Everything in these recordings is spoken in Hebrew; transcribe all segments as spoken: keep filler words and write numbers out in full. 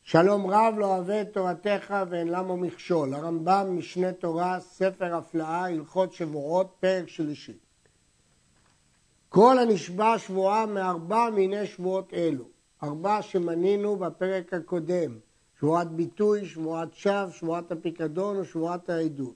שלום רב לא אוהב את תורתך ואין למו מכשול. הרמב"ם משנה תורה, ספר הפלאה, הלכות שבועות, פרק שלישי. כל הנשבע שבועה מארבע מיני שבועות אלו. ארבע שמנינו בפרק הקודם. שבועת ביטוי, שבועת שווא, שבועת הפיקדון ושבועת העדות.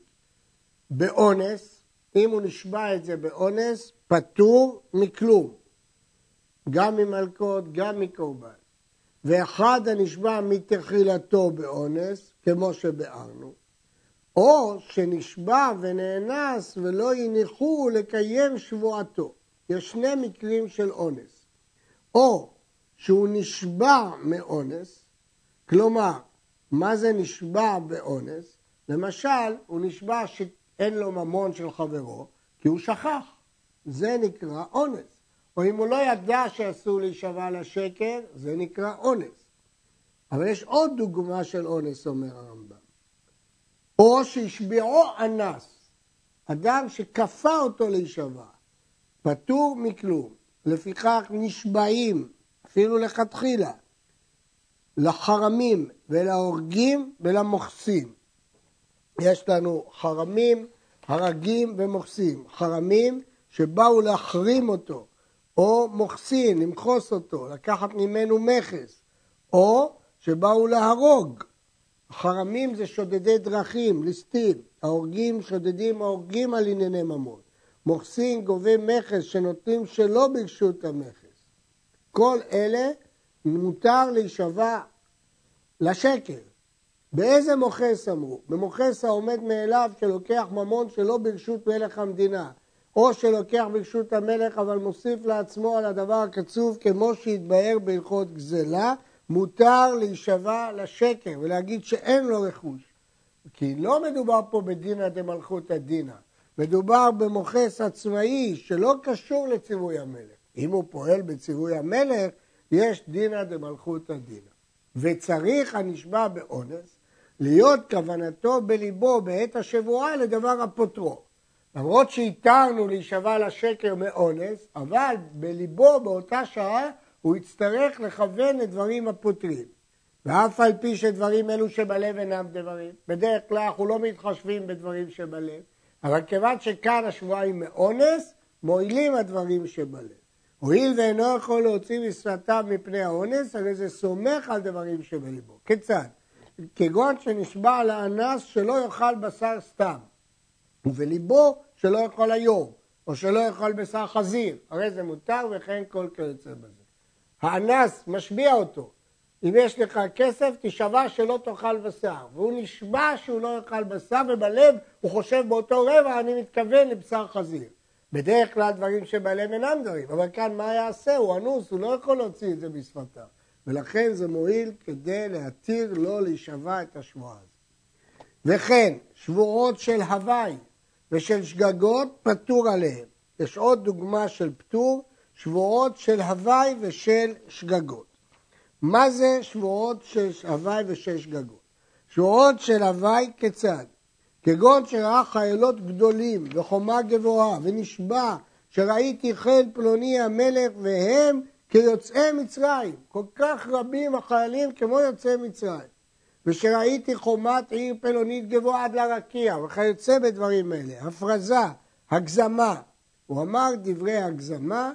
באונס, אם הוא נשבע את זה באונס, פטור מכלום. גם ממלכות, גם מקורבן. ואחד הנשבע מתחילתו באונס, כמו שבארנו, או שנשבע ונאנס ולא יניחו לקיים שבועתו. יש שני מקרים של אונס. או שהוא נשבע מאונס, כלומר, מה זה נשבע באונס? למשל, הוא נשבע שאין לו ממון של חברו, כי הוא שכח. זה נקרא אונס. או אם הוא לא ידע שאסור להישבע לשקר, זה נקרא אונס. אבל יש עוד דוגמה של אונס, אומר הרמב"ם. או שהשביעו אנס, אדם שכפה אותו להישבע, פטור מכלום. לפיכך נשבעים, אפילו לכתחילה, לחרמים ולהורגים ולמוחסים. יש לנו חרמים, הרגים ומוחסים. חרמים שבאו להחרים אותו, או מוחסין, למחוס אותו, לקחת ממנו מכס, או שבאו להרוג. החרמים זה שודדי דרכים, ליסטים. ההורגים שודדים ההורגים על ענייני ממון. מוחסין גובה מכס שנותנים שלא ברשות המכס. כל אלה מותר להישבע לשקר. באיזה מוחס אמרו? במוחס העומד מאליו שלוקח ממון שלא ברשות מלך המדינה. או שלוקח ברשות המלך אבל מוסיף לעצמו על הדבר הקצוב כמו שהתבהר בהלכות גזלה, מותר להישבע לשקר ולהגיד שאין לו רכוש. כי לא מדובר פה בדינא דמלכותא דינא, מדובר במוחס עצמאי שלא קשור לציווי המלך. אם הוא פועל בציווי המלך, יש דינא דמלכותא דינא. וצריך הנשבע באונס להיות כוונתו בליבו בעת השבועה לדבר הפוטרו. למרות שהתרנו להישבע לשקר מאונס, אבל בליבו באותה שעה הוא יצטרך לכוון את דברים הפותרים. ואף על פי שדברים אלו שבלב אינם דברים, בדרך כלל אנחנו לא מתחשבים בדברים שבלב, אבל כיוון שכאן השבועה היא מאונס, מועילים הדברים שבלב. הואיל ואינו יכול להוציא משפתיו מפני האונס, הרי זה סומך על דברים שבליבו. כיצד? כגון שנשבע על האנס שלא יאכל בשר סתם. ובליבו שלא יכול היום, או שלא יכול בשר חזיר, הרי זה מותר וכן כל כיוצא בזה. האנס משביע אותו, אם יש לך כסף תשבע שלא תאכל בשר, והוא נשבע שהוא לא יאכל בשר, ובלב הוא חושב באותו רבע אני מתכוון לבשר חזיר. בדרך כלל דברים שבלב אינם דברים, אבל כאן מה יעשה? הוא אנוס, הוא לא יכול להוציא את זה בשפתיו, ולכן זה מועיל כדי להתיר לו להישבע את השבועה הזאת. וכן, שבועות של הוואי ושל שגגות פטור עליהם. יש עוד דוגמה של פטור, שבועות של הוואי ושל שגגות. מה זה שבועות של הוואי ושל שגגות? שבועות של הוואי כיצד? כגון שראה חיילות גדולים וחומה גבוהה ונשבע שראיתי חיל פלוני המלך והם כיוצאי מצרים. כל כך רבים החיילים כמו יוצאי מצרים. ושראיתי חומת עיר פלונית גבוה עד לרקיע, וכיוצא בדברים האלה, הפרזה, הגזמה. הוא אמר דברי הגזמה,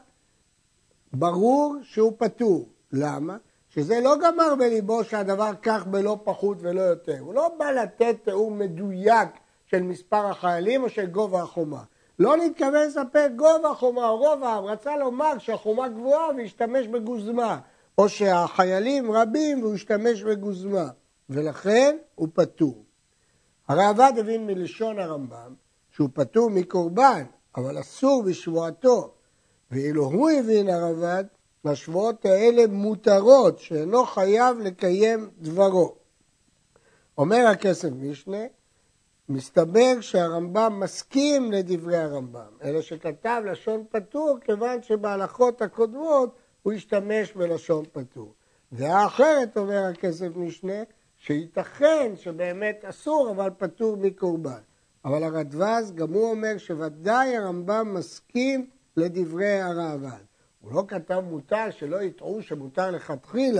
ברור שהוא פטור. למה? שזה לא גמר בליבו שהדבר כך בלא פחות ולא יותר. הוא לא בא לתת תיאור מדויק של מספר החיילים או של גובה החומה. לא נתכוון לספר גובה החומה או רוב העם, רצה לומר שהחומה גבוהה והשתמש בגוזמה, או שהחיילים רבים והוא השתמש בגוזמה. ולכן הוא פטור. הרעב"ד הבין מלשון הרמב"ם שהוא פטור מקורבן, אבל אסור בשבועתו. ואילו הוא הבין הרעב"ד, השבועות האלה מותרות, שאינו חייב לקיים דברו. אומר הכסף משנה, מסתבר שהרמב"ם מסכים לדברי הרמב"ם, אלא שכתב לשון פטור, כיוון שבהלכות הקודמות הוא השתמש בלשון פטור. והאחרת, אומר הכסף משנה, שייתכן שבאמת אסור, אבל פטור מקורבן. אבל הרדב"ז גם הוא אומר שוודאי הרמב"ם מסכים לדברי הרעב"ד. הוא לא כתב מותר שלא יטעו שמותר לכתחילה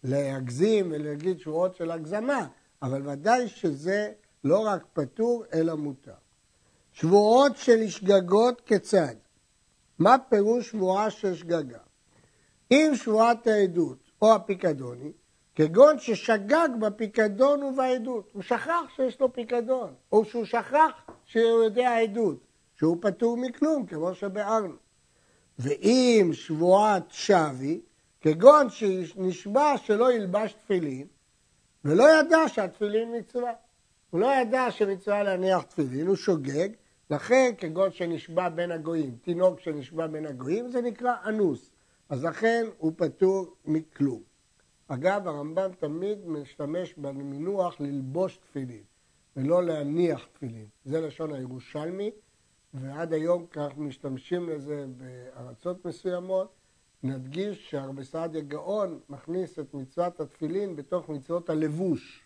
להגזים ולהגיד שבועות של הגזמה, אבל ודאי שזה לא רק פטור אלא מותר. שבועות של שגגות כיצד? מה פירוש שבועה של שגגה? אם שבועת העדות או הפיקדוני, כגון ששגג בפיקדון ובעדות, הוא שכח שיש לו פיקדון, או שהוא שכח שהוא יודע עדות, שהוא פטור מכלום, כמו שבארנו. ואם שבועת שווי, כגון שנשבע שלא ילבש תפילין, ולא ידע שהתפילין מצווה. הוא לא ידע שמצווה להניח תפילין, הוא שוגג, לכן כגון שנשבע בין הגויים, תינוק שנשבע בין הגויים, זה נקרא אנוס. אז לכן הוא פטור מכלום. אגב, הרמב"ם תמיד משתמש במינוח ללבוש תפילין, ולא להניח תפילין. זה לשון הירושלמי, ועד היום כך משתמשים לזה בארצות מסוימות. נדגיש שהרבי סעדיה גאון מכניס את מצוות התפילין בתוך מצוות הלבוש.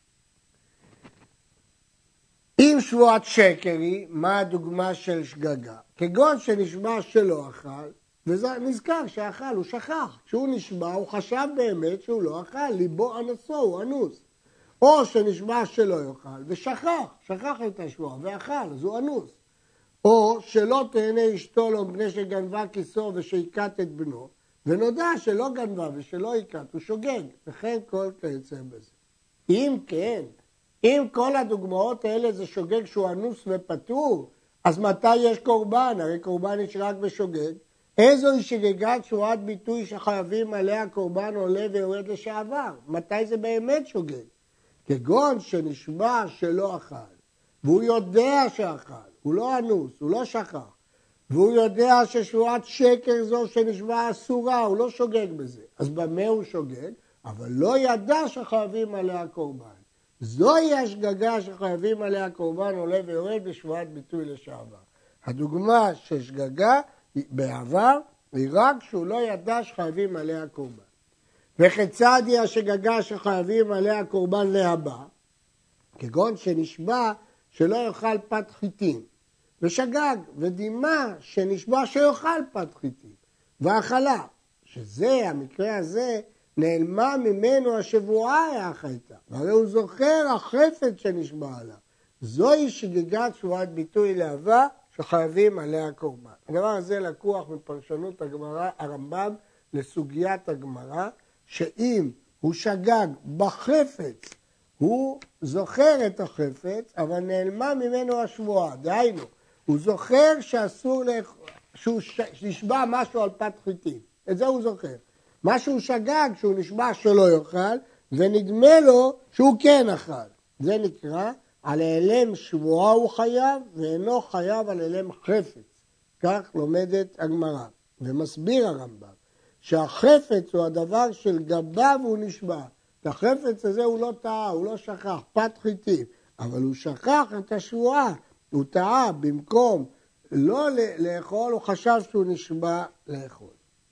אם שבועת שקר היא, מה הדוגמה של שגגה? כגון שנשבע שלא אכל, וזה נזכר שאכל, הוא שכח. כשהוא נשבע, הוא חשב באמת שהוא לא אכל, ליבו אנסו, הוא אנוס. או שנשבע שלא יאכל, ושכח, שכח את השבועה, ואכל, אז הוא אנוס. או שלא תהנה אשתו לו מפני שגנבה כיסו ושהיקת את בנו, ונודע שלא גנבה ושלא יקת, הוא שוגג, וכן כל כיוצא בזה. אם כן, אם כל הדוגמאות האלה זה שוגג שהוא אנוס ופטור, אז מתי יש קורבן? הרי קורבן יש רק בשוגג. איזוהי שגגת שבועת ביטוי שחייבים עליה קורבן עולה ויורד לשעבר? מתי זה באמת שוגג? כגון שנשבע שלא אכל, והוא יודע שאכל, הוא לא אנוס, הוא לא שכח, והוא יודע ששבועת שקר זו שנשבע אסורה, הוא לא שוגג בזה. אז במה הוא שוגג? אבל לא ידע שחייבים עליה קורבן. זוהי השגגה שחייבים עליה קורבן עולה ויורד בשבועת ביטוי לשעבר. הדוגמה של שגגה בעבר היא רק שהוא לא ידע שחייבים עליה קורבן. וכיצד היא השגגה שחייבים עליה קורבן להבא? כגון שנשבע שלא יאכל פת חיטים, ושגג ודימה שנשבע שיאכל פת חיטים, ואכלה, שזה, המקרה הזה, נעלמה ממנו השבועה האחייתה, והרי הוא זוכר החפץ שנשבע עליו. זוהי שגגת שבועת ביטוי להבא שחייבים עליה קורבן. הדבר הזה לקוח מפרשנות הגמרא, הרמב"ם לסוגיית הגמרא, שאם הוא שגג בחפץ, הוא זוכר את החפץ, אבל נעלמה ממנו השבועה. דהיינו, הוא זוכר שאסור, לח... שהוא נשבע משהו על פת חיטים. את זה הוא זוכר. מה שהוא שגג, שהוא נשבע שלא יאכל, ונדמה לו שהוא כן אכל. זה נקרא, על העלם שבועה הוא חייב, ואינו חייב על העלם חפץ. כך לומדת הגמרא. ומסביר הרמב"ם, שהחפץ הוא הדבר של גביו הוא נשבע. את החפץ הזה הוא לא טעה, הוא לא שכח, פת חיטים. אבל הוא שכח את השבועה, הוא טעה במקום לא לאכול, הוא חשב שהוא נשבע לאכול.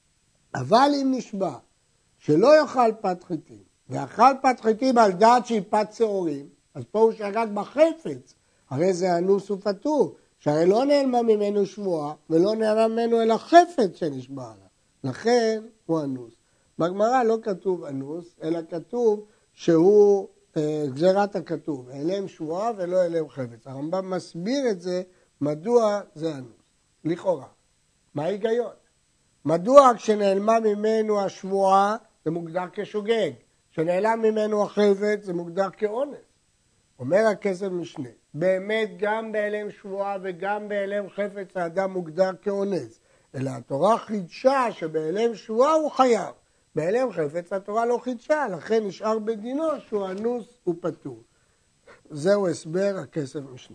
אבל אם נשבע שלא יאכל פת חיטים, ואכל פת חיטים על דעת שהיא פת שעורים, אז פה הוא שגג בחפץ, הרי זה אנוס ופטור, שהרי לא נעלמה ממנו שבועה, ולא נעלמה ממנו אלא חפץ שנשבע עליו. לכן הוא אנוס. בגמרא לא כתוב אנוס, אלא כתוב שהוא אה, גזירת הכתוב, העלם שבועה ולא העלם חפץ. הרמב"ם מסביר את זה, מדוע זה אנוס. לכאורה. מה ההיגיון? מדוע כשנעלמה ממנו השבועה זה מוגדר כשוגג, כשנעלם ממנו החפץ זה מוגדר כאונס. אומר הכסף משנה, באמת גם בהעלם שבועה וגם בהעלם חפץ האדם מוגדר כאונס, אלא התורה חידשה שבהעלם שבועה הוא חייב, בהעלם חפץ התורה לא חידשה, לכן נשאר בדינו שהוא אנוס ופטור. זהו הסבר הכסף משנה.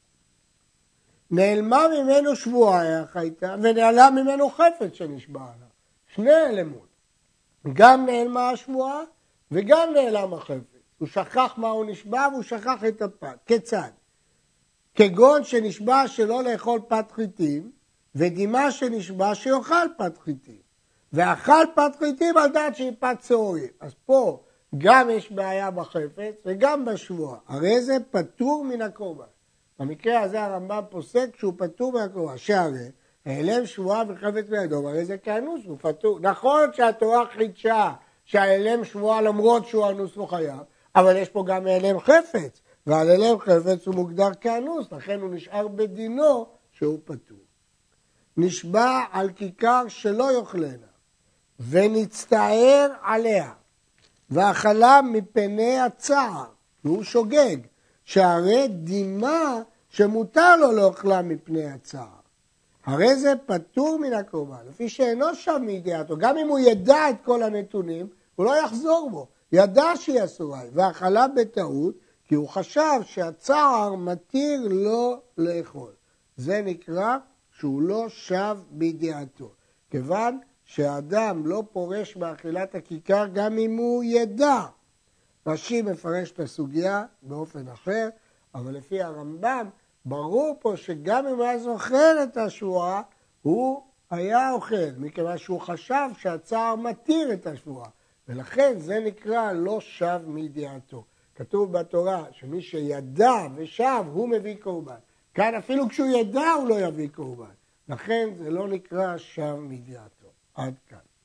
נעלמה ממנו שבועה החייתה ונעלם ממנו חפץ שנשבע עליו. שני העלמות. גם נעלמה השבועה וגם נעלם החפץ. הוא שכח מה הוא נשבע והוא שכח את הפת. כיצד? כגון שנשבע שלא לאכול פת חיטים ודימה שנשבע שיאכל פת חיטים. ואכל פת חיטים על דעת שהיא פת שעורים. אז פה גם יש בעיה בחפץ וגם בשבועה. הרי זה פטור מן הקורבן. במקרה הזה הרמב"ם פוסק שהוא פטור מהקורבן, שהרי העלם שבועה וחפץ בידו, הרי זה כאנוס, הוא פטור. נכון שהתורה חידשה שהאלם שבועה למרות שהוא אנוס לא חייב, אבל יש פה גם האלם חפץ, והאלם חפץ הוא מוגדר כאנוס, לכן הוא נשאר בדינו שהוא פטור. נשבע על כיכר שלא יאכלנה, ונצטער עליה, ואכלה מפני הצער, והוא שוגג, שהרי דימה שמותר לו לאכלה מפני הצער. הרי זה פטור מן הקורבן, לפי שאינו שם מידיעתו, גם אם הוא ידע את כל הנתונים, הוא לא יחזור בו, ידע שהיא אסורה, ואכלה בטעות, כי הוא חשב שהצער מתיר לו לאכול. זה נקרא שהוא לא שב בידיעתו, כיוון שהאדם לא פורש באכילת הכיכר גם אם הוא ידע. רש"י מפרש את הסוגיה באופן אחר, אבל לפי הרמב"ם, ברור פה שגם אם הוא היה זוכר את השבועה, הוא היה אוכל, מכיוון שהוא חשב שהצער מתיר את השבועה, ולכן זה נקרא לא שב מידיעתו. כתוב בתורה שמי שידע ושב הוא מביא קורבן. כאן אפילו כשהוא ידע הוא לא יביא קורבן. לכן זה לא נקרא שב מידיעתו. עד כאן.